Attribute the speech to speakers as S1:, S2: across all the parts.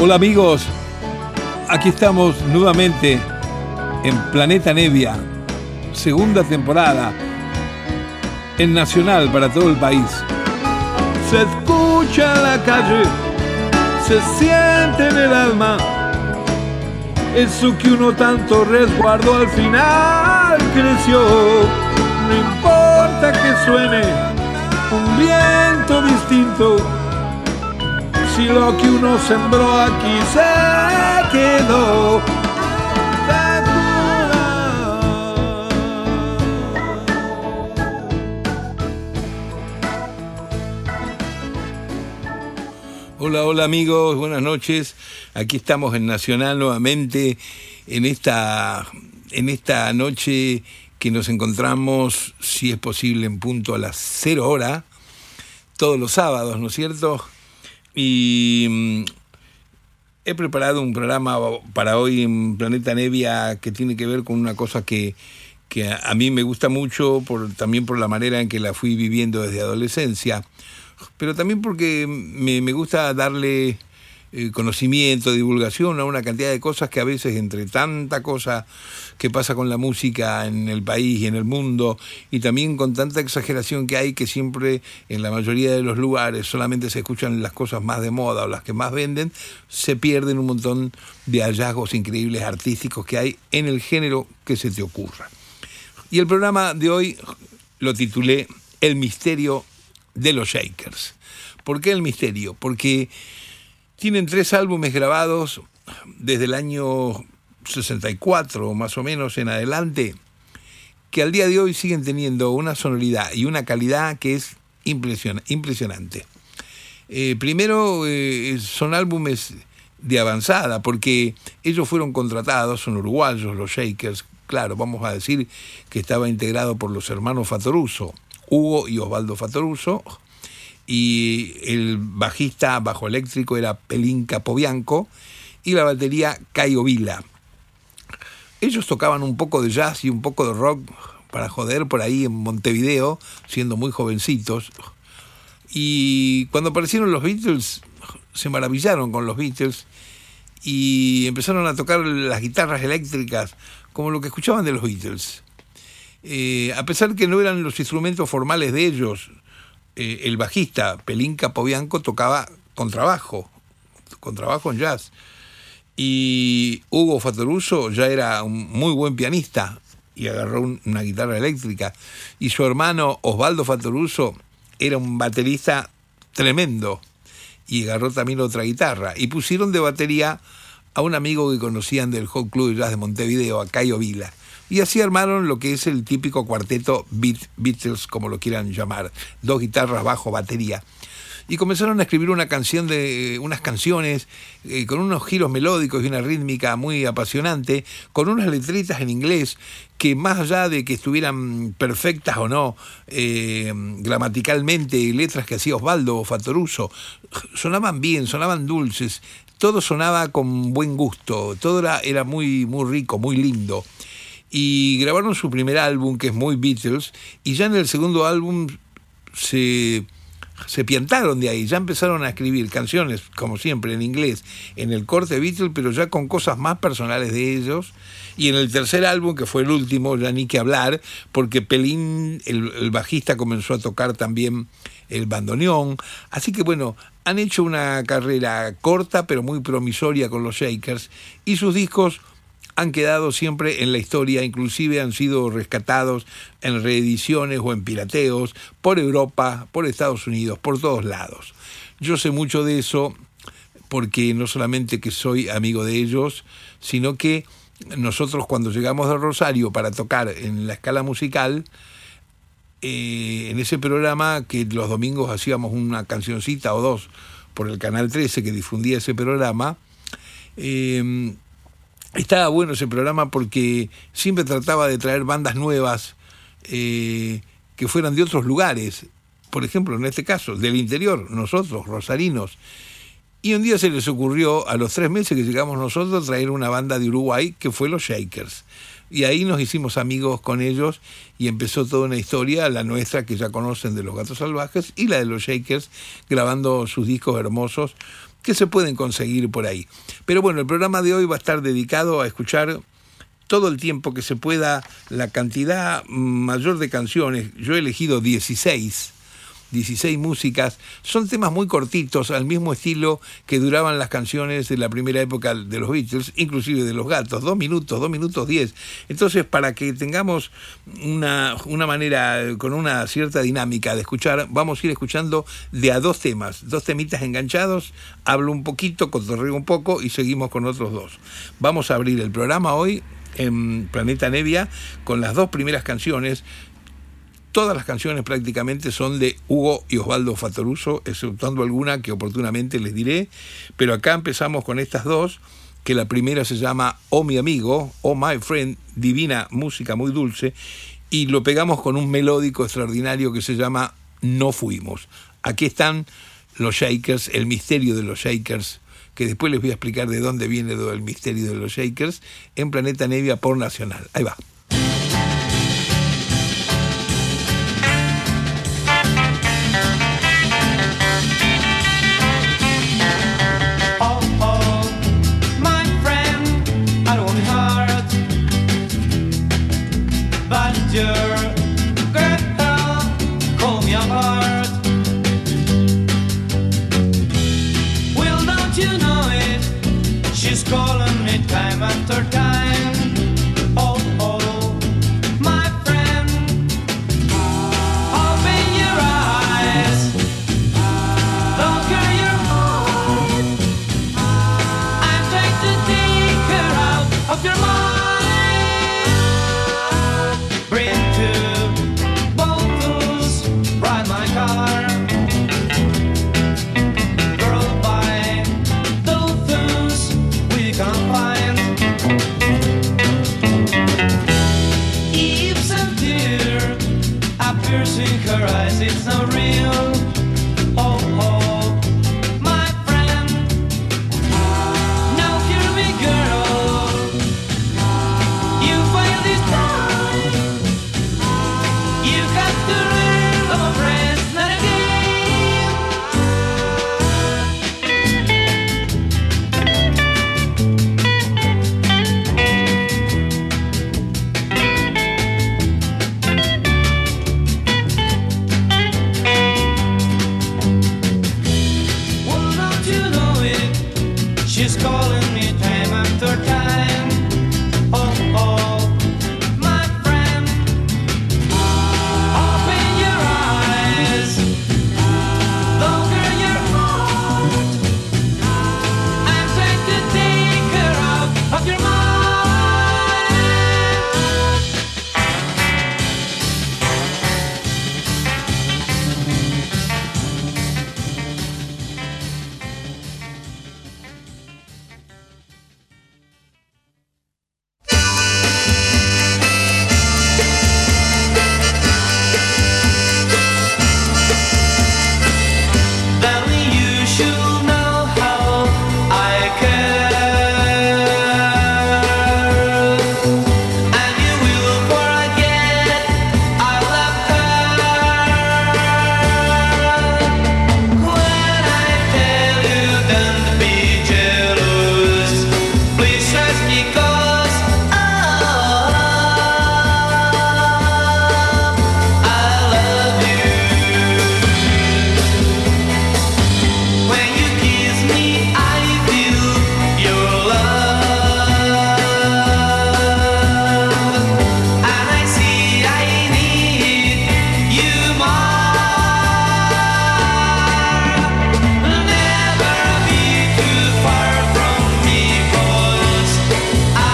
S1: Hola amigos, aquí estamos nuevamente en Planeta Nevia, segunda temporada, en Nacional para todo el país. Se escucha en la calle, se siente en el alma, eso que uno tanto resguardó al final creció. No importa que suene un viento distinto, si lo que uno sembró aquí se quedó. Hola, hola amigos, buenas noches. Aquí estamos en Nacional nuevamente en esta noche que nos encontramos, si es posible, en punto a las 0 horas, todos los sábados, ¿no es cierto? Y he preparado un programa para hoy en Planeta Nevia que tiene que ver con una cosa que a mí me gusta mucho, también por la manera en que la fui viviendo desde adolescencia, pero también porque me gusta darle conocimiento, divulgación a una cantidad de cosas que a veces, entre tanta cosa que pasa con la música en el país y en el mundo, y también con tanta exageración que hay, que siempre en la mayoría de los lugares solamente se escuchan las cosas más de moda o las que más venden, se pierden un montón de hallazgos increíbles artísticos que hay en el género que se te ocurra. Y el programa de hoy lo titulé El misterio de los Shakers. ¿Por qué el misterio? Porque tienen 3 álbumes grabados desde el año 64, más o menos en adelante, que al día de hoy siguen teniendo una sonoridad y una calidad que es impresionante. Primero, son álbumes de avanzada, porque ellos fueron contratados, son uruguayos, los Shakers, claro, vamos a decir que estaba integrado por los hermanos Fattoruso, Hugo y Osvaldo Fattoruso, y el bajista bajo eléctrico era Pelín Capobianco y la batería Caio Vila. Ellos tocaban un poco de jazz y un poco de rock para joder por ahí en Montevideo, siendo muy jovencitos, y cuando aparecieron los Beatles se maravillaron con los Beatles y empezaron a tocar las guitarras eléctricas como lo que escuchaban de los Beatles. A pesar que no eran los instrumentos formales de ellos, el bajista Pelín Capobianco tocaba contrabajo en jazz, y Hugo Fattoruso ya era un muy buen pianista y agarró una guitarra eléctrica, y su hermano Osvaldo Fattoruso era un baterista tremendo y agarró también otra guitarra, y pusieron de batería a un amigo que conocían del Hot Club de Jazz de Montevideo, a Caio Vila. Y así armaron lo que es el típico cuarteto Beatles, como lo quieran llamar, 2 guitarras, bajo, batería. Y comenzaron a escribir unas canciones con unos giros melódicos y una rítmica muy apasionante, con unas letritas en inglés que, más allá de que estuvieran perfectas o no gramaticalmente, letras que hacía Osvaldo Fattoruso, sonaban bien, sonaban dulces, todo sonaba con buen gusto, todo era muy, muy rico, muy lindo. Y grabaron su primer álbum, que es muy Beatles, y ya en el segundo álbum se piantaron de ahí, ya empezaron a escribir canciones, como siempre, en inglés, en el corte Beatles, pero ya con cosas más personales de ellos. Y en el tercer álbum, que fue el último, ya ni que hablar, porque Pelín, el bajista, comenzó a tocar también el bandoneón. Así que bueno, han hecho una carrera corta, pero muy promisoria con los Shakers, y sus discos han quedado siempre en la historia, inclusive han sido rescatados en reediciones o en pirateos por Europa, por Estados Unidos, por todos lados. Yo sé mucho de eso porque no solamente que soy amigo de ellos, sino que nosotros, cuando llegamos de Rosario para tocar en la Escala Musical, en ese programa que los domingos hacíamos una cancioncita o 2 por el Canal 13 que difundía ese programa, estaba bueno ese programa porque siempre trataba de traer bandas nuevas que fueran de otros lugares, por ejemplo, en este caso, del interior, nosotros, rosarinos. Y un día se les ocurrió, a los 3 meses que llegamos nosotros, traer una banda de Uruguay que fue los Shakers. Y ahí nos hicimos amigos con ellos y empezó toda una historia, la nuestra que ya conocen de los Gatos Salvajes y la de los Shakers, grabando sus discos hermosos que se pueden conseguir por ahí. Pero bueno, el programa de hoy va a estar dedicado a escuchar todo el tiempo que se pueda la cantidad mayor de canciones. Yo he elegido 16 músicas. Son temas muy cortitos, al mismo estilo que duraban las canciones de la primera época de los Beatles, inclusive de los Gatos, 2 minutos 10. Entonces, para que tengamos una manera, con una cierta dinámica de escuchar, vamos a ir escuchando de a 2 temas, 2 temitas enganchados, hablo un poquito, cotorreo un poco y seguimos con otros 2. Vamos a abrir el programa hoy en Planeta Nevia con las 2 primeras canciones. Todas las canciones prácticamente son de Hugo y Osvaldo Fattoruso, exceptuando alguna que oportunamente les diré, pero acá empezamos con estas 2, que la primera se llama Oh mi amigo, Oh my friend, divina música muy dulce, y lo pegamos con un melódico extraordinario que se llama No fuimos. Aquí están los Shakers, el misterio de los Shakers, que después les voy a explicar de dónde viene todo el misterio de los Shakers, en Planeta Nevia por Nacional. Ahí va.
S2: Calling me time after time. Oh, oh, my friend, open your eyes, look at your heart. I'm trying to take her out of your mind. Bring 2 bottles, ride my car. Piercing her eyes, it's not real. Oh, oh, my friend. Now hear me, girl. You failed this time. You got to learn, oh, friend, not she's calling me time after time. Oh, oh, my friend, open your eyes, look at your heart. I'm trying to take her out of your mind. I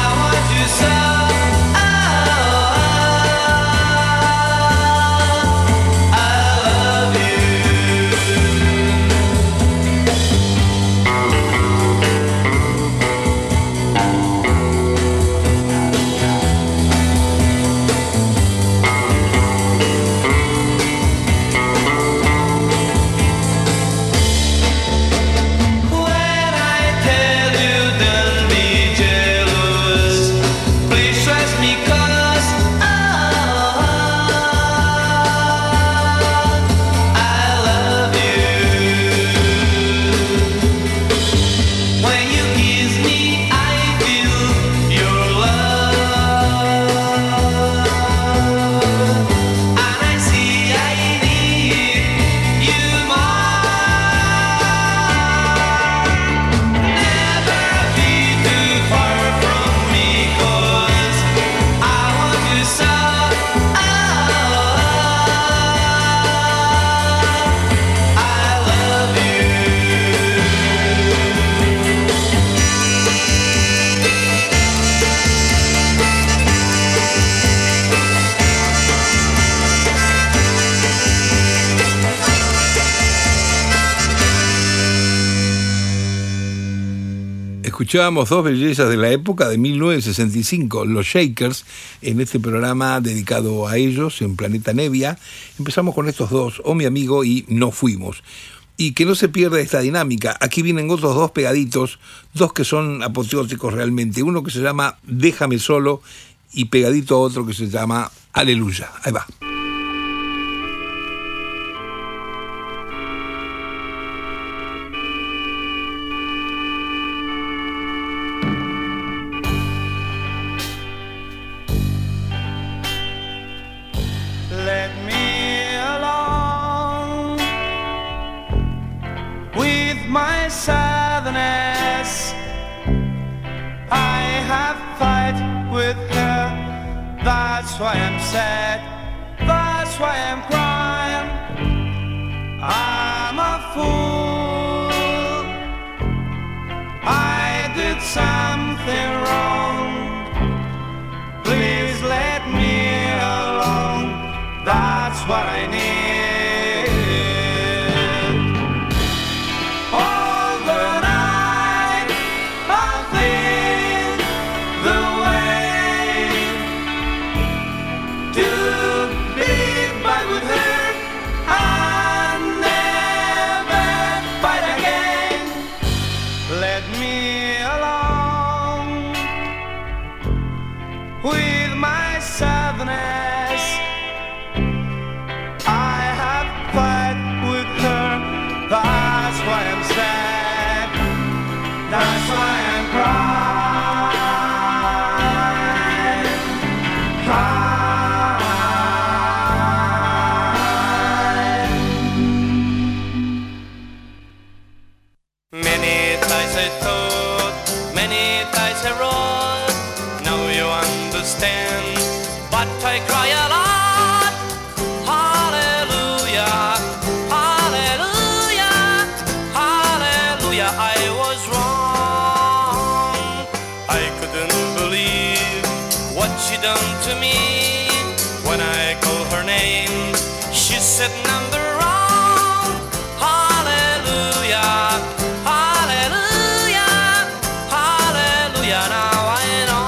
S1: Escuchábamos dos bellezas de la época de 1965, los Shakers, en este programa dedicado a ellos en Planeta Nevia. Empezamos con estos dos, Oh mi amigo y No fuimos. Y que no se pierda esta dinámica. Aquí vienen otros dos pegaditos, dos que son apoteóticos realmente. Uno que se llama Déjame solo y pegadito a otro que se llama Aleluya. Ahí va.
S2: Sadness, I have fight with her. That's why I'm sad. That's why I'm crying. I'm a fool. I did something wrong. Please let me alone. That's what I need. With my sadness, I have fight with her. That's why I'm sad. That's why I'm crying. Many times I thought, many times I wrote. Now you understand, but I cry a lot. Hallelujah, hallelujah, hallelujah. I was wrong. I couldn't believe what she done to me. When I called her name, she said number wrong. Hallelujah, hallelujah, hallelujah. Now I know.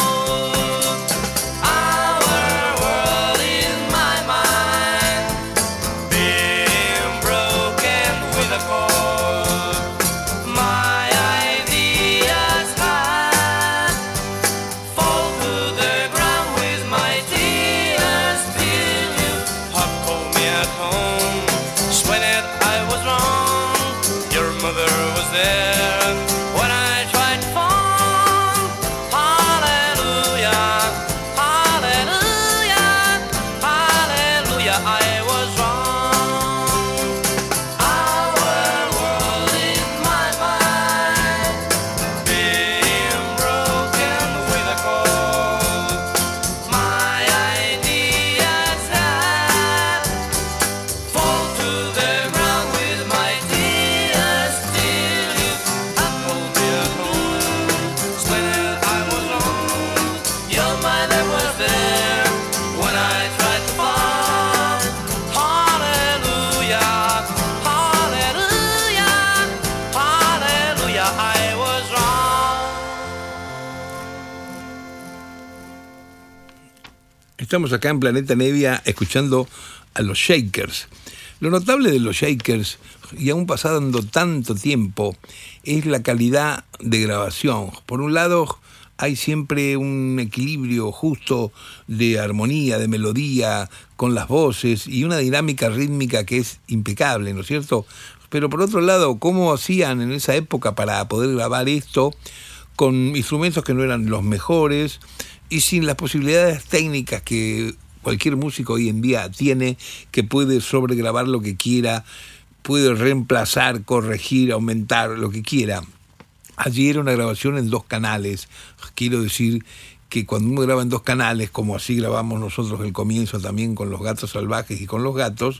S1: Estamos acá en Planeta Nevia escuchando a los Shakers. Lo notable de los Shakers, y aún pasando tanto tiempo, es la calidad de grabación. Por un lado, hay siempre un equilibrio justo de armonía, de melodía, con las voces, y una dinámica rítmica que es impecable, ¿no es cierto? Pero por otro lado, ¿cómo hacían en esa época para poder grabar esto con instrumentos que no eran los mejores y sin las posibilidades técnicas que cualquier músico hoy en día tiene, que puede sobregrabar lo que quiera, puede reemplazar, corregir, aumentar, lo que quiera? Allí era una grabación en 2 canales. Quiero decir que cuando uno graba en 2 canales, como así grabamos nosotros el comienzo también con Los Gatos Salvajes y con Los Gatos,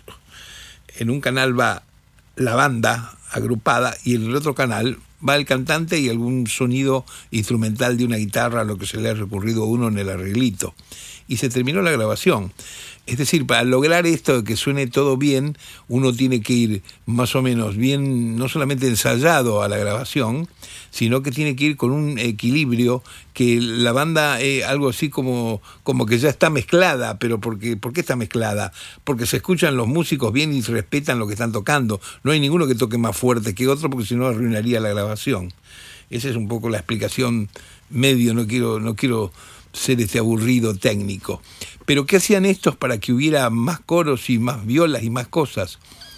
S1: en un canal va la banda agrupada y en el otro canal va el cantante y algún sonido instrumental de una guitarra, a lo que se le ha recurrido a uno en el arreglito. Y se terminó la grabación. Es decir, para lograr esto de que suene todo bien, uno tiene que ir más o menos bien, no solamente ensayado a la grabación, sino que tiene que ir con un equilibrio, que la banda algo así como que ya está mezclada. Pero ¿por qué está mezclada? Porque se escuchan los músicos bien y respetan lo que están tocando. No hay ninguno que toque más fuerte que otro, porque si no arruinaría la grabación. Esa es un poco la explicación medio, no quiero ser aburrido técnico. Pero ¿qué hacían estos para que hubiera más coros y más violas y más cosas?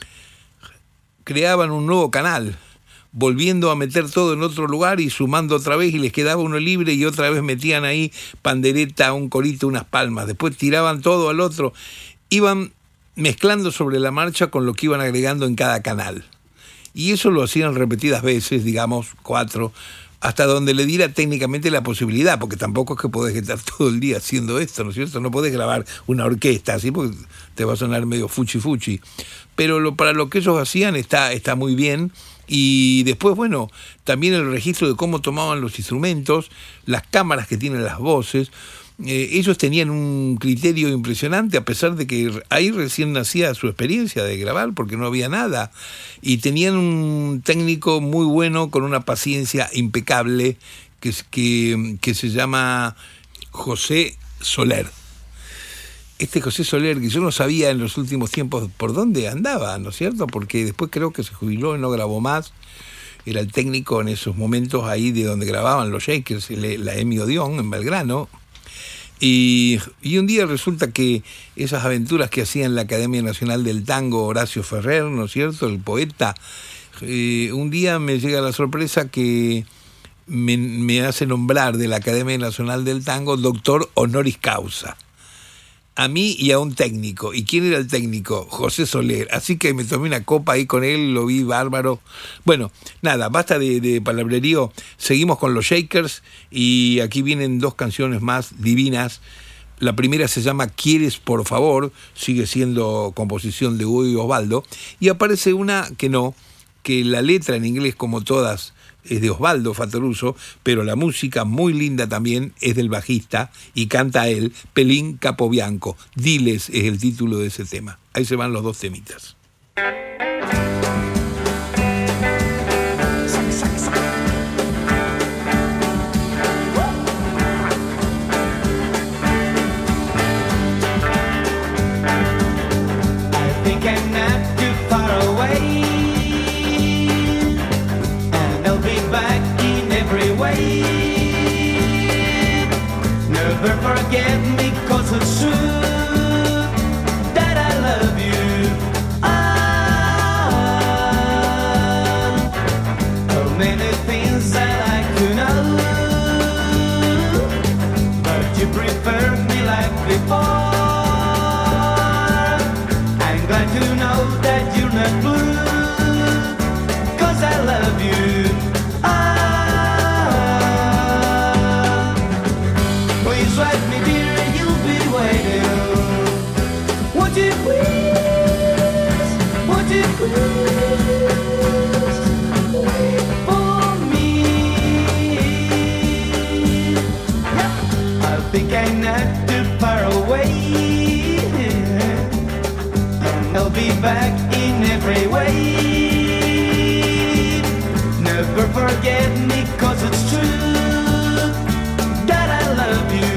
S1: Creaban un nuevo canal, volviendo a meter todo en otro lugar y sumando otra vez, y les quedaba uno libre y otra vez metían ahí pandereta, un corito, unas palmas. Después tiraban todo al otro. Iban mezclando sobre la marcha con lo que iban agregando en cada canal. Y eso lo hacían repetidas veces, digamos 4, hasta donde le diera técnicamente la posibilidad, porque tampoco es que podés estar todo el día haciendo esto, ¿no es cierto? No podés grabar una orquesta así, porque te va a sonar medio fuchi. Pero para lo que ellos hacían está muy bien. Y después, bueno, también el registro de cómo tomaban los instrumentos, las cámaras que tienen las voces. Ellos tenían un criterio impresionante, a pesar de que ahí recién nacía su experiencia de grabar, porque no había nada, y tenían un técnico muy bueno, con una paciencia impecable, que se llama José Soler. Este José Soler, que yo no sabía en los últimos tiempos por dónde andaba, ¿no es cierto? Porque después creo que se jubiló y no grabó más. Era el técnico en esos momentos ahí de donde grababan los Shakers, la EMI Odeón, en Belgrano. Y un día resulta que esas aventuras que hacía en la Academia Nacional del Tango Horacio Ferrer, ¿no es cierto?, el poeta, un día me llega la sorpresa que me hace nombrar de la Academia Nacional del Tango doctor honoris causa. A mí y a un técnico. ¿Y quién era el técnico? José Soler. Así que me tomé una copa ahí con él, lo vi bárbaro. Bueno, nada, basta de palabrerío. Seguimos con los Shakers y aquí vienen 2 canciones más divinas. La primera se llama ¿Quieres por favor? Sigue siendo composición de Hugo y Osvaldo. Y aparece una que la letra en inglés, como todas, es de Osvaldo Fattoruso, pero la música, muy linda también, es del bajista y canta él, Pelín Capobianco. Diles es el título de ese tema. Ahí se van los 2 temitas.
S3: Never forget me, 'cause it's true that I love you. So many things that I could know, but you prefer me like before. I'm glad to know that you're not blue, 'cause I love you. Please let me, dear, you'll be waiting. Would you please wait for me? I think I'm not too far away, and I'll be back in every way. Never forget me, 'cause it's true that I love you.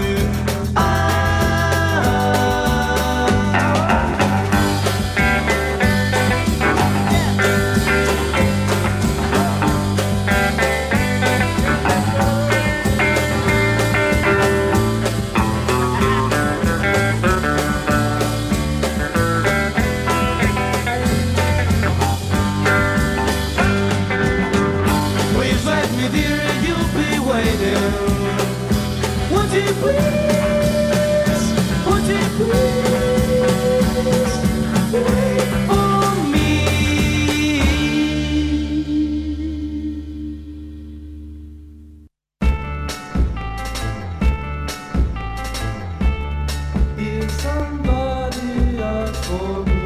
S3: Please let me, dear, you'll be waiting. Would you please wait for me? Is somebody out for me?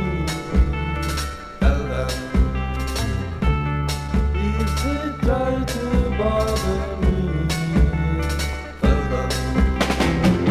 S3: Is it trying to bother me?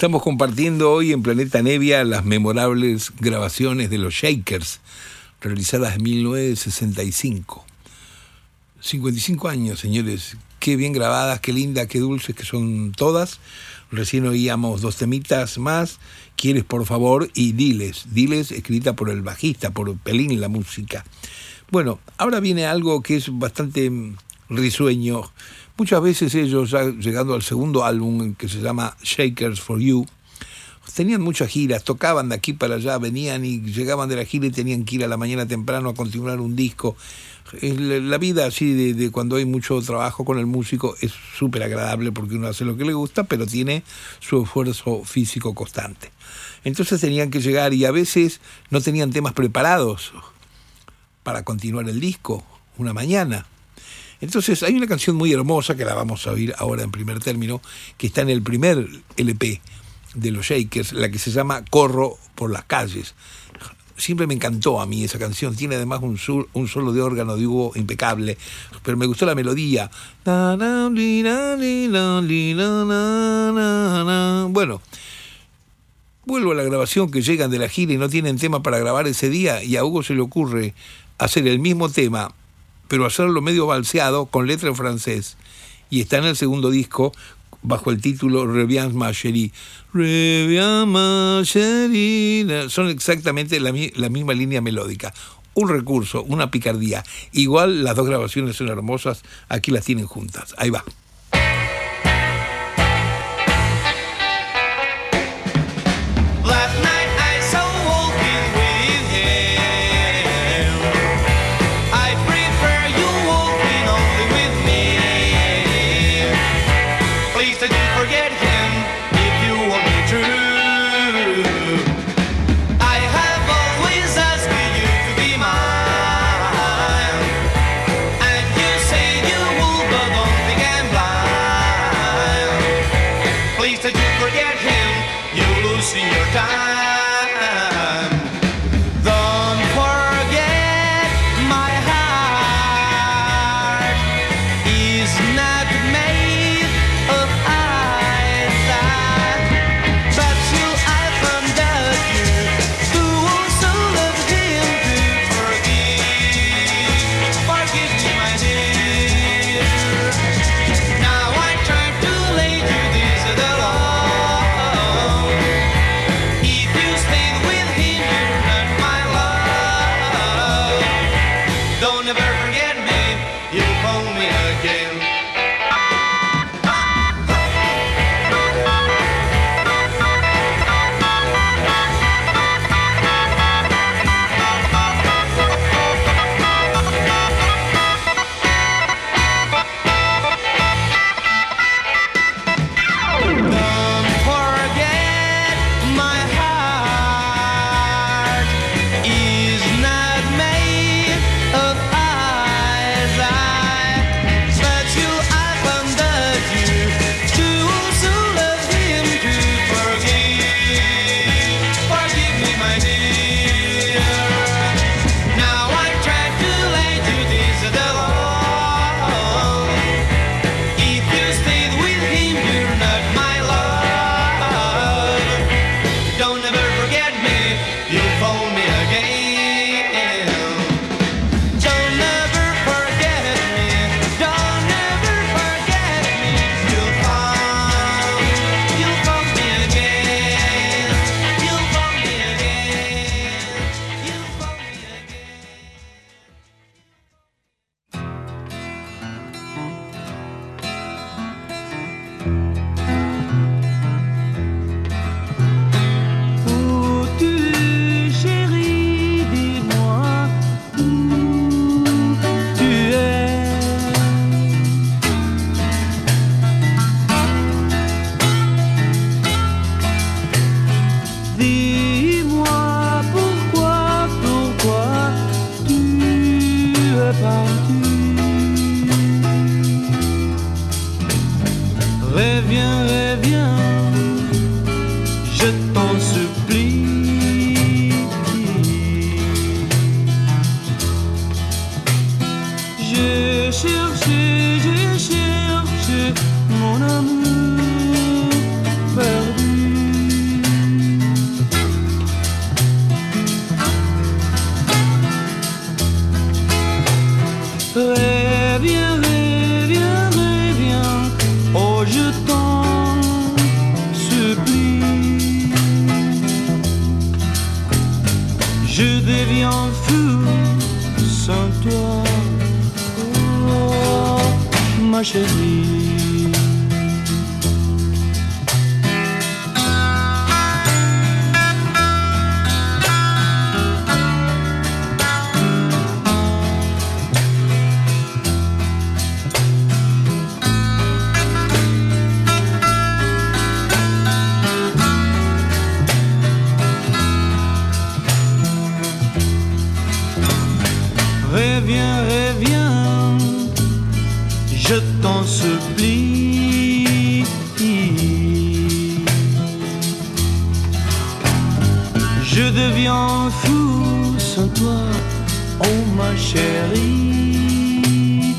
S1: Estamos compartiendo hoy en Planeta Nevia las memorables grabaciones de los Shakers, realizadas en 1965. 55 años, señores. Qué bien grabadas, qué lindas, qué dulces que son todas. Recién oíamos dos temitas más, Quieres por favor y Diles. Diles escrita por el bajista, por Pelín la música. Bueno, ahora viene algo que es bastante risueño. Muchas veces ellos, ya llegando al segundo álbum que se llama Shakers for You, tenían muchas giras, tocaban de aquí para allá, venían y llegaban de la gira y tenían que ir a la mañana temprano a continuar un disco. La vida así de cuando hay mucho trabajo con el músico es súper agradable porque uno hace lo que le gusta, pero tiene su esfuerzo físico constante. Entonces tenían que llegar y a veces no tenían temas preparados para continuar el disco una mañana. Entonces hay una canción muy hermosa que la vamos a oír ahora en primer término, que está en el primer LP de los Shakers, la que se llama Corro por las calles. Siempre me encantó a mí esa canción, tiene además un solo de órgano de Hugo impecable, pero me gustó la melodía. Bueno, vuelvo a la grabación, que llegan de la gira y no tienen tema para grabar ese día, y a Hugo se le ocurre hacer el mismo tema, pero hacerlo medio balseado con letra en francés, y está en el segundo disco bajo el título Reviens ma chérie. Reviens ma chérie. Son exactamente la misma línea melódica. Un recurso, una picardía. Igual las dos grabaciones son hermosas, aquí las tienen juntas. Ahí va.
S4: J'ai cherché mon amour perdu.
S3: Reviens, reviens, reviens, oh je t'en supplie. Je deviens fou sans toi, oh ma chérie. Reviens, reviens, je t'en supplie. Je deviens fou sans toi, oh ma chérie.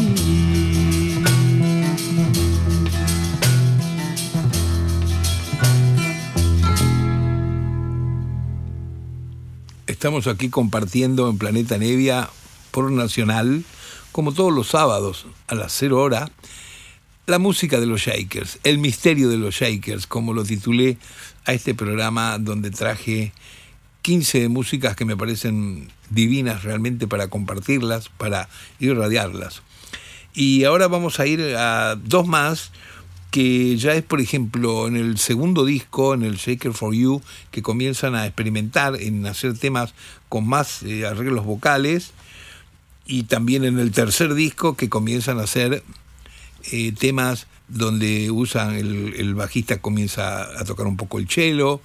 S1: Estamos aquí compartiendo en Planeta Nevia por Nacional, como todos los sábados a las 0 horas, la música de los Shakers, el misterio de los Shakers, como lo titulé a este programa donde traje 15 músicas que me parecen divinas realmente para compartirlas, para irradiarlas. Y ahora vamos a ir a dos más, que ya es, por ejemplo, en el segundo disco, en el Shaker for You, que comienzan a experimentar en hacer temas con más arreglos vocales, y también en el tercer disco que comienzan a hacer temas donde usan el bajista comienza a tocar un poco el cello,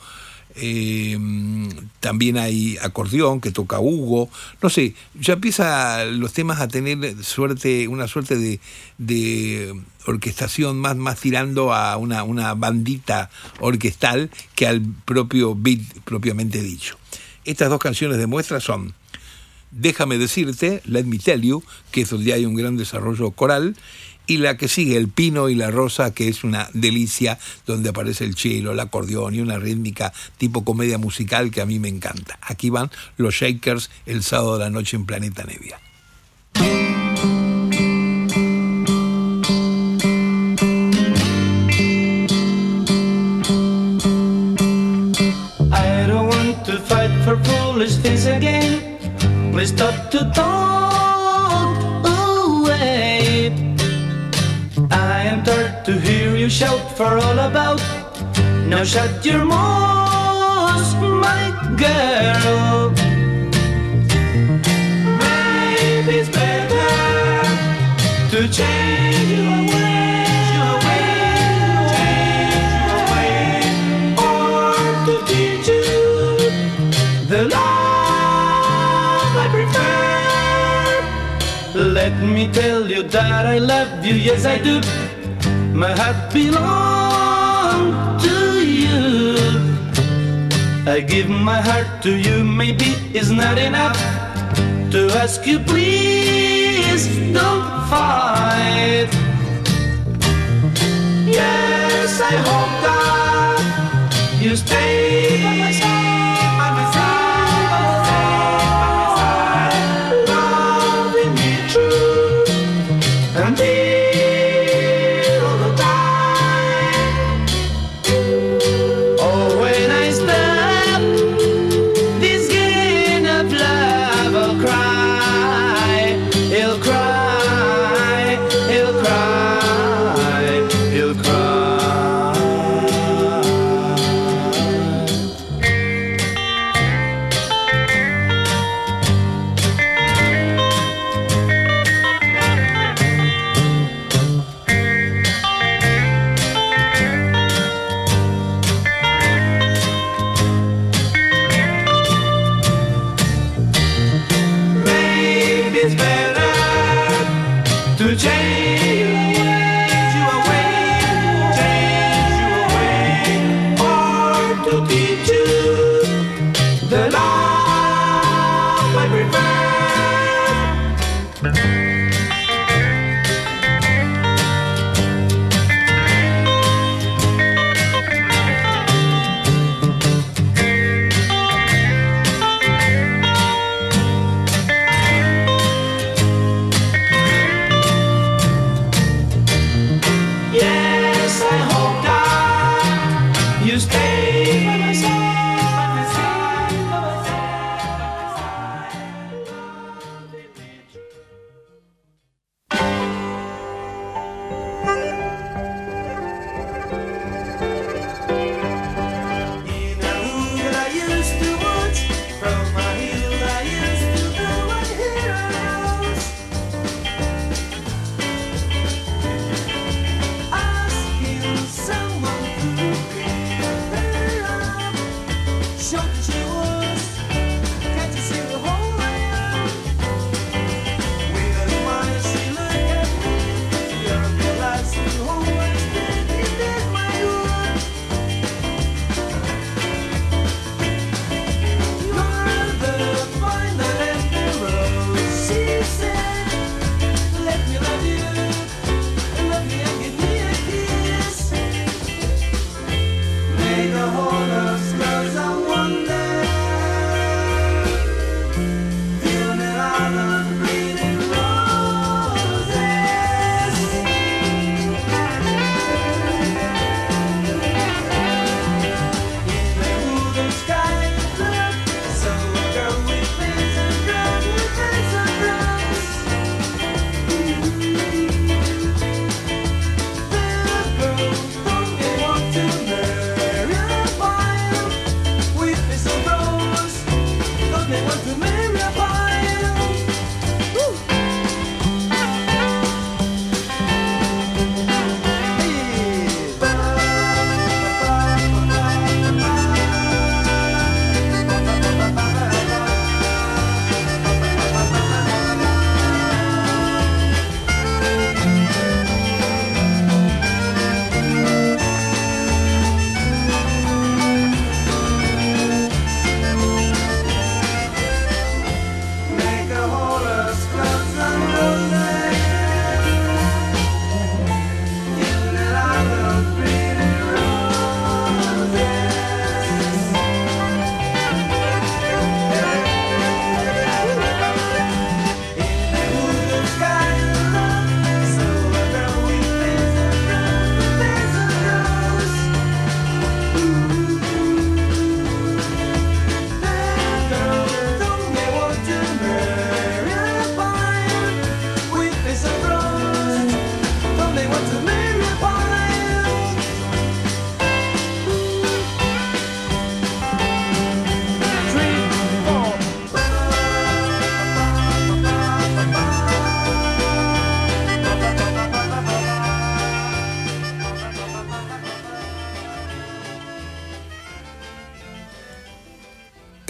S1: también hay acordeón que toca Hugo, no sé, ya empieza los temas a tener una suerte de orquestación más tirando a una bandita orquestal que al propio beat propiamente dicho. Estas dos canciones de muestra son Déjame decirte, Let Me Tell You, que es donde hay un gran desarrollo coral, y la que sigue, El Pino y la Rosa, que es una delicia, donde aparece el cello, el acordeón y una rítmica tipo comedia musical que a mí me encanta. Aquí van los Shakers el sábado de la noche en Planeta Nevia.
S3: I don't want to fight for foolish things again. Please stop to talk away. I am tired to hear you shout for all about. Now shut your mouth, my girl. Maybe it's better to change your way, or to teach you the love I prefer. Let me tell you that I love you, yes I do. My heart belongs to you. I give my heart to you, maybe it's not enough to ask you, please don't fight. Yes, I hope that you stay by my side, by my side, loving me true until all the time. Oh, when I stop this game of love, I'll cry.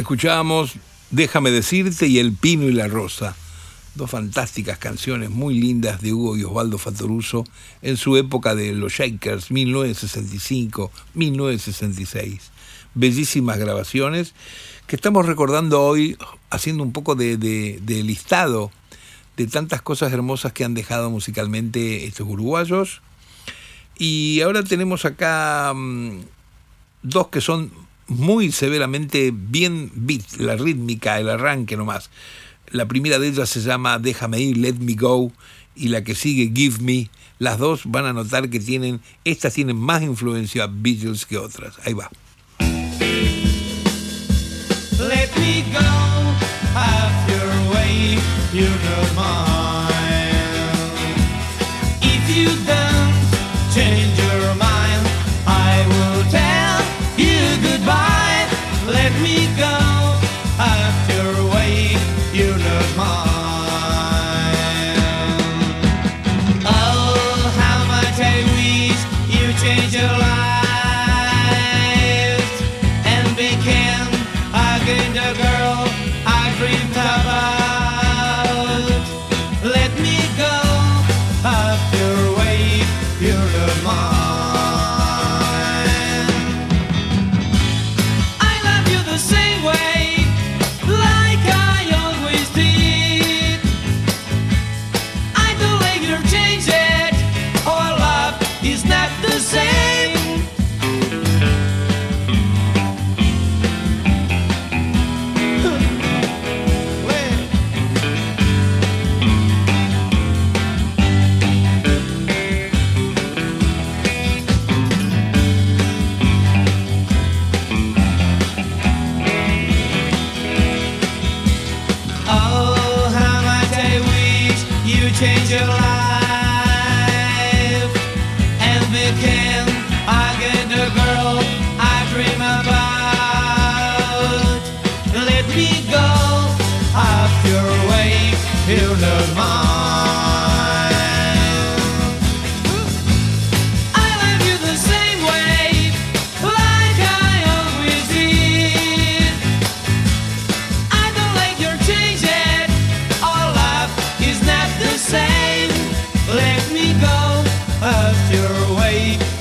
S1: Escuchábamos Déjame decirte y El Pino y la Rosa, dos fantásticas canciones muy lindas de Hugo y Osvaldo Fattoruso en su época de los Shakers, 1965-1966. Bellísimas grabaciones que estamos recordando hoy, haciendo un poco de listado de tantas cosas hermosas que han dejado musicalmente estos uruguayos. Y ahora tenemos acá dos que son muy severamente bien beat, la rítmica, el arranque nomás. La primera de ellas se llama Déjame ir, Let Me Go, y la que sigue, Give Me. Las dos van a notar que estas tienen más influencia Beatles que otras. Ahí va.
S3: Let me go, have your way, you don't mind. If you don't change your mind, I will tell you goodbye. Let me go, have your way, you don't mind. Oh, how much I wish you change your life and became again the girl I dreamed about. Let me go, have your way, you don't mind. I love you the same way, like I always did. I don't let you change it, our love is not the same. Change your life and became again the girl I dream about. Let me go, have your way, you don't mind. I love you the same way, like I always did. I don't like your change it, our love is not the same. Let me go, have your way,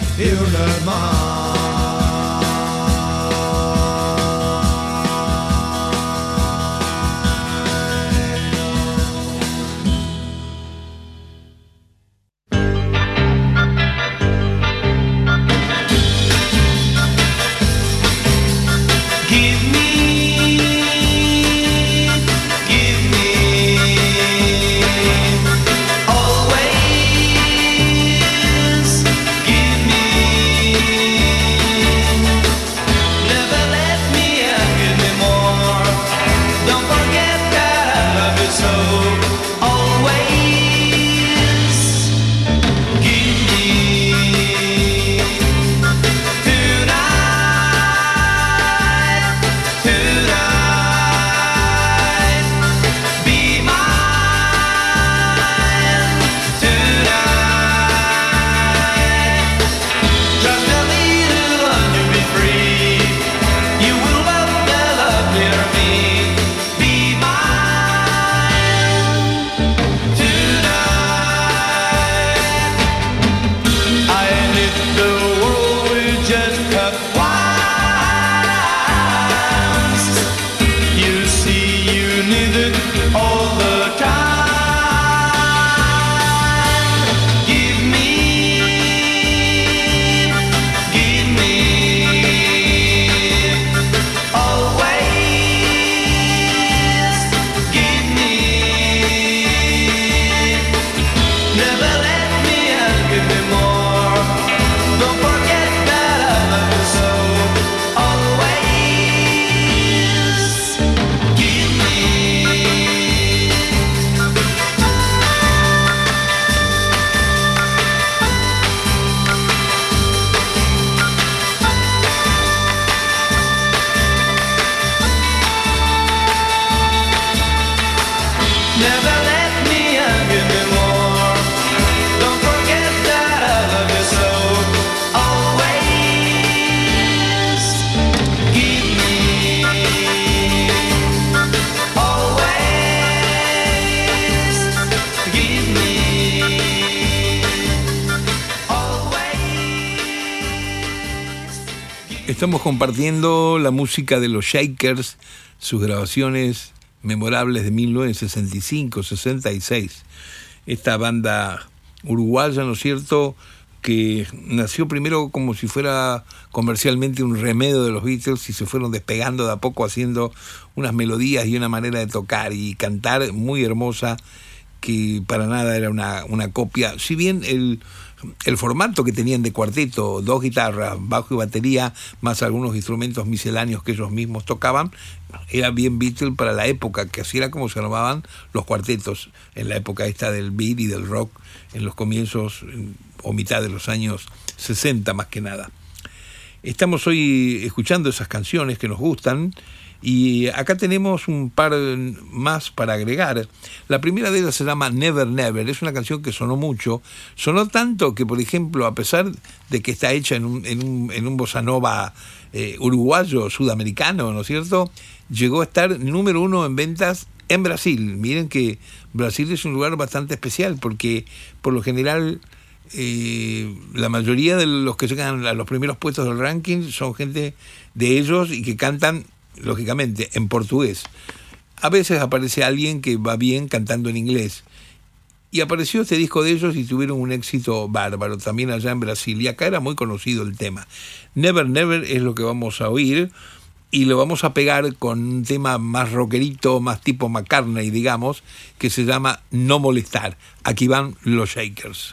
S1: Estamos compartiendo la música de los Shakers, sus grabaciones memorables de 1965-66. Esta banda uruguaya, ¿no es cierto?, que nació primero como si fuera comercialmente un remedio de los Beatles y se fueron despegando de a poco haciendo unas melodías y una manera de tocar y cantar muy hermosa, que para nada era una copia. Si bien el formato que tenían de cuarteto, 2 guitarras, bajo y batería, más algunos instrumentos misceláneos que ellos mismos tocaban, era bien Beatle para la época, que así era como se llamaban los cuartetos en la época esta del beat y del rock, en los comienzos o mitad de los años 60 más que nada. Estamos hoy escuchando esas canciones que nos gustan, y acá tenemos un par más para agregar. La primera de ellas se llama Never Never. Es una canción que sonó mucho. Sonó tanto que, por ejemplo, a pesar de que está hecha en un bossa nova uruguayo, sudamericano, ¿no es cierto?, llegó a estar número 1 en ventas en Brasil. Miren que Brasil es un lugar bastante especial porque, por lo general, la mayoría de los que llegan a los primeros puestos del ranking son gente de ellos y que cantan, lógicamente, en portugués. A veces aparece alguien que va bien cantando en inglés. Y apareció este disco de ellos y tuvieron un éxito bárbaro también allá en Brasil. Y acá era muy conocido el tema. Never Never es lo que vamos a oír. Y lo vamos a pegar con un tema más rockerito, más tipo McCartney, digamos, que se llama No Molestar. Aquí van los Shakers.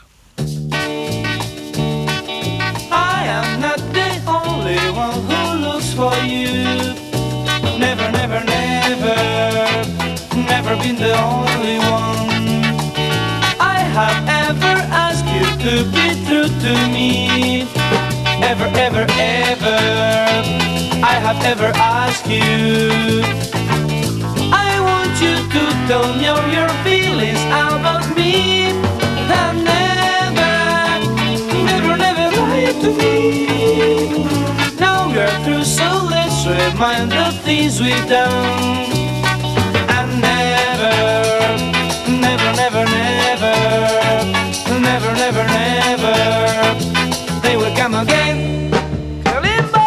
S3: I am not the only one who looks for you. Never, never, never, never been the only one. I have ever asked you to be true to me. Ever, ever, ever, I have ever asked you. I want you to tell me all your feelings about me. And never, never, never lie to me. Now we're through, so let's remind the things we've done. And never, never, never, never, never, never, never, they will come again. Kalimbo!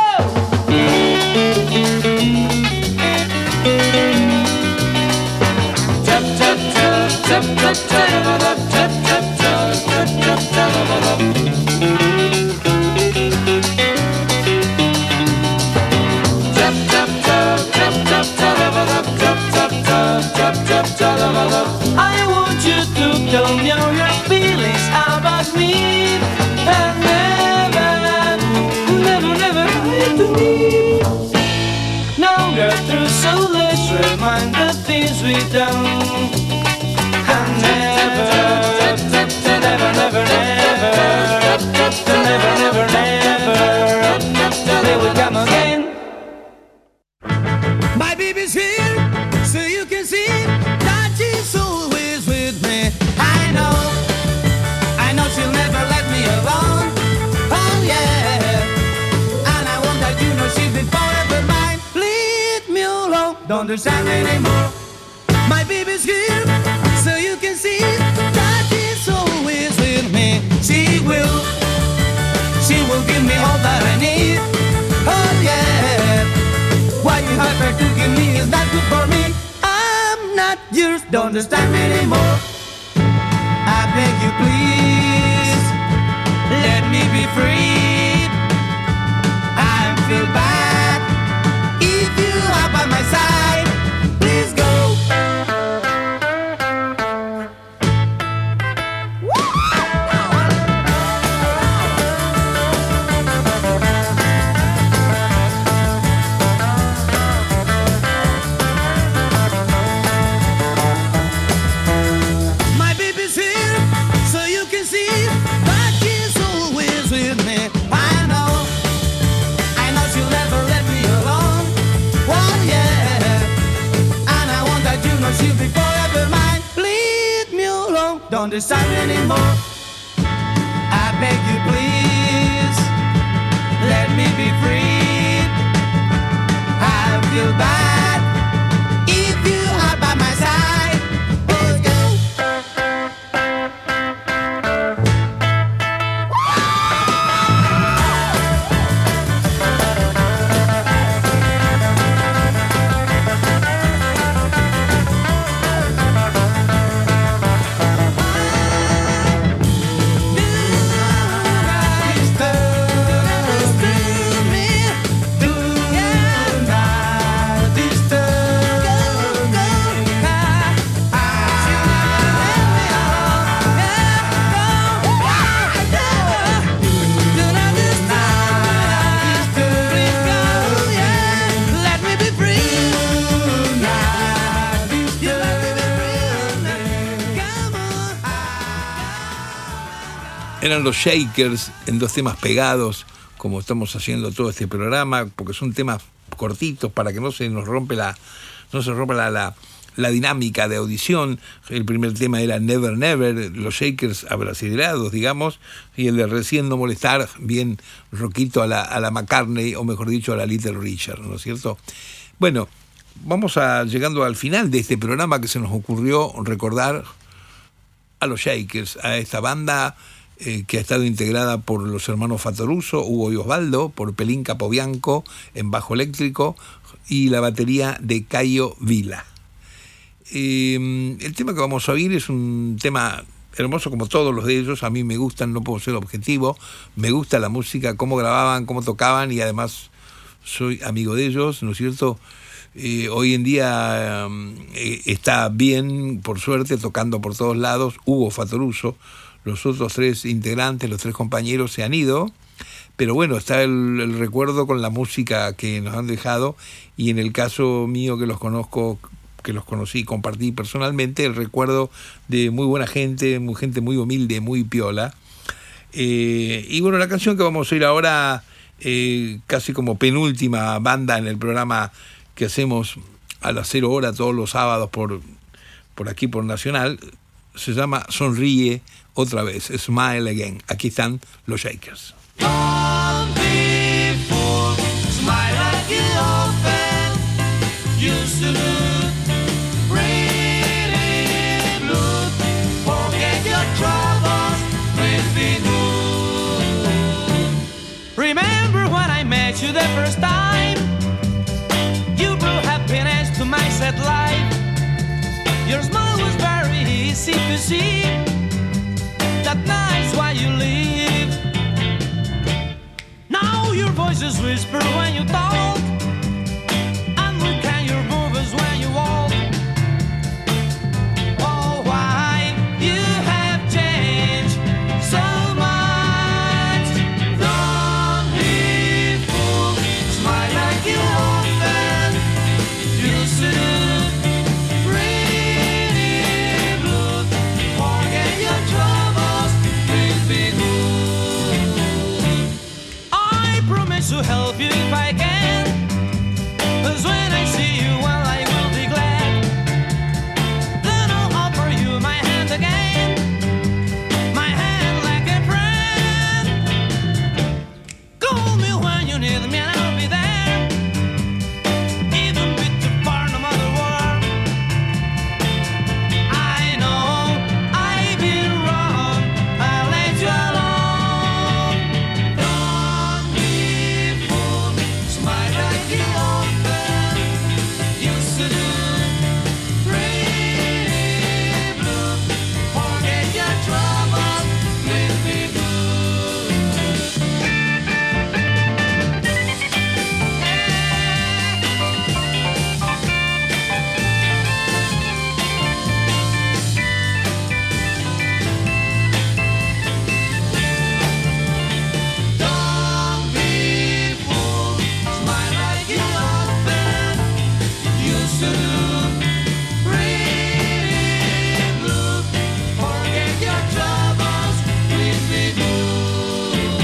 S3: Tap, tap, tap, tap, tap, tap, tap, tap, tap, tap, tap, tap. I want you to tell me all your feelings about me. And never, never, never lie to me. Now we're through, so let's remind the things we've done. And never, never, never, never, never, never, never, they will come again. My baby's here, so you can see that she's always with me. I know she'll never let me alone. Oh yeah, and I want that you know she'll be forever mine. Leave me alone, don't understand anymore. My baby's here, so you can see that she's always with me. She will give me all that I need. Oh yeah, what you have her to give me is not good for me. I'm not yours, don't understand me anymore. I beg you please, let me be free. I feel bad if you are by my side. Please go. My baby's here, so you can see that she's always with me. I know she'll never let me alone. Oh yeah, and I want that you know she'll be forever mine. Leave me alone, don't decide anymore. I beg you please, let me be free. I feel bad if you are by my side. Let's go.
S1: Eran los Shakers en dos temas pegados, como estamos haciendo todo este programa, porque son temas cortitos para que no se nos rompa la dinámica de audición. El primer tema era Never Never, los Shakers abrasileados, digamos, y el de Recién No Molestar, bien roquito a la McCartney, o mejor dicho, a la Little Richard, ¿no es cierto? Bueno, vamos llegando al final de este programa, que se nos ocurrió recordar a los Shakers, a esta banda que ha estado integrada por los hermanos Fattoruso, Hugo y Osvaldo, por Pelín Capobianco en bajo eléctrico y la batería de Caio Vila. El tema que vamos a oír es un tema hermoso como todos los de ellos. A mí me gustan, no puedo ser objetivo, me gusta la música, cómo grababan, cómo tocaban, y además soy amigo de ellos, ¿no es cierto? Hoy en día está bien, por suerte, tocando por todos lados Hugo Fattoruso. Los otros tres integrantes, los tres compañeros, se han ido, pero bueno, está el recuerdo con la música que nos han dejado, y en el caso mío, que los conocí y compartí personalmente, el recuerdo de muy buena gente muy humilde, muy piola. Y bueno, la canción que vamos a oír ahora, casi como penúltima banda en el programa que hacemos a las 0 horas todos los sábados por aquí, por Nacional, se llama Sonríe otra vez, Smile Again. Aquí están los Shakers.
S2: Don't be fooled, smile like you often used to do. Pretty blue, forget your troubles, please be good. Remember when I met you the first time? You brought happiness to my sad life. Your smile was very easy to see. That night's why you leave. Now your voices whisper when you talk, and look at your moves when you walk. Oh, why you have changed so much. Don't be fooled, smile like you often used to do. Pretty blue, forget your troubles, please be good. I promise to help you if I can, 'cause when I see you, well, I will be glad. Then I'll offer you my hand again, my hand like a friend. Call me when you need me and I'll be there, even bit too far, no matter what. I know I've been wrong, I'll let you alone. Don't be fooled, smile like you often used to do. Pretty blue, forget your troubles, please be good. Don't be fooled, smile like you often used to do. Pretty blue, forget your troubles, please be good.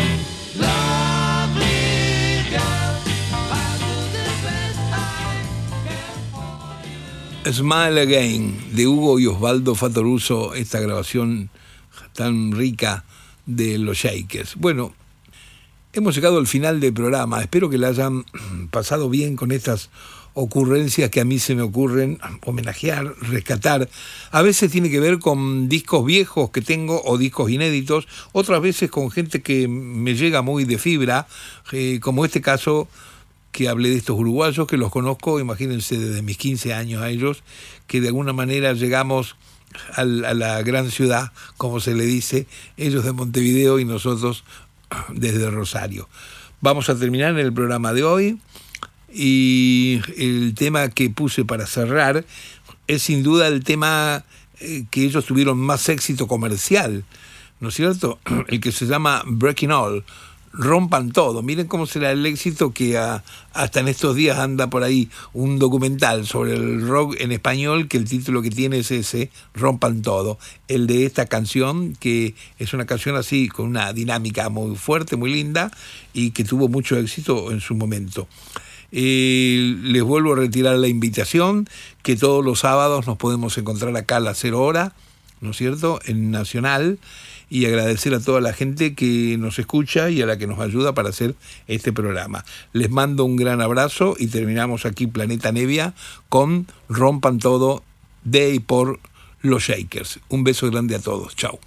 S2: Lovely girl, I'll do the best I can for you.
S1: Smile Again, de Hugo y Osvaldo Fattoruso, esta grabación tan rica de los Shakers. Bueno, hemos llegado al final del programa. Espero que la hayan pasado bien con estas ocurrencias que a mí se me ocurren homenajear, rescatar. A veces tiene que ver con discos viejos que tengo o discos inéditos, otras veces con gente que me llega muy de fibra, como este caso que hablé de estos uruguayos, que los conozco, imagínense, desde mis 15 años a ellos, que de alguna manera llegamos a la gran ciudad, como se le dice, ellos de Montevideo y nosotros desde Rosario. Vamos a terminar el programa de hoy, y el tema que puse para cerrar es sin duda el tema que ellos tuvieron más éxito comercial, ¿no es cierto? El que se llama Breaking All, Rompan Todo. Miren cómo será el éxito que hasta en estos días anda por ahí un documental sobre el rock en español, que el título que tiene es ese, Rompan Todo. El de esta canción, que es una canción así, con una dinámica muy fuerte, muy linda, y que tuvo mucho éxito en su momento. Les vuelvo a retirar la invitación, que todos los sábados nos podemos encontrar acá a las 0 horas, ¿no es cierto?, en Nacional, y agradecer a toda la gente que nos escucha y a la que nos ayuda para hacer este programa. Les mando un gran abrazo y terminamos aquí Planeta Nevia con Rompan Todo de y por los Shakers. Un beso grande a todos. Chao.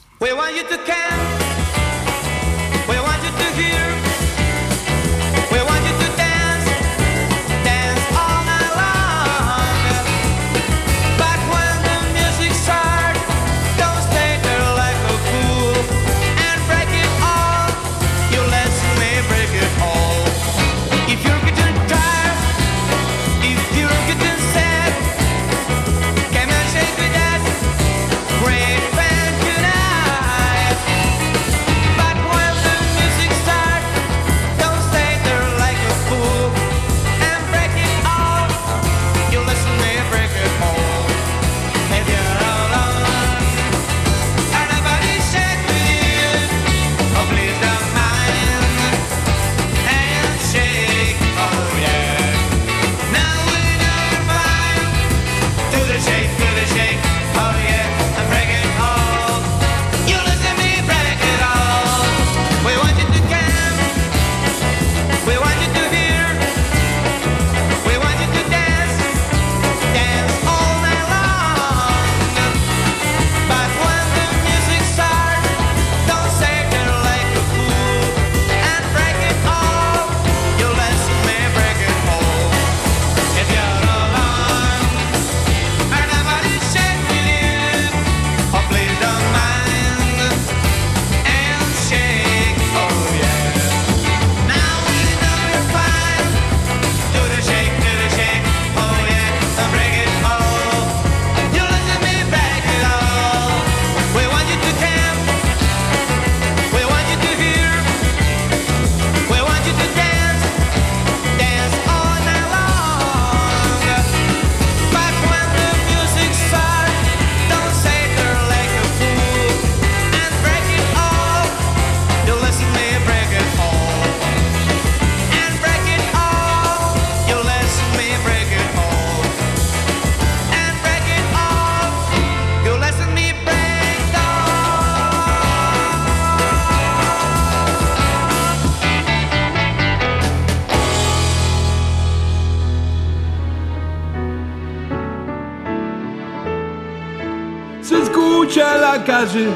S4: Se escucha en la calle,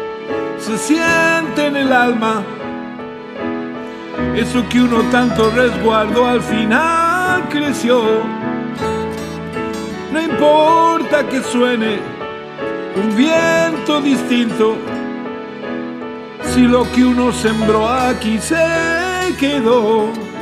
S4: se siente en el alma. Eso que uno tanto resguardó al final creció. No importa que suene un viento distinto, si lo que uno sembró aquí se quedó.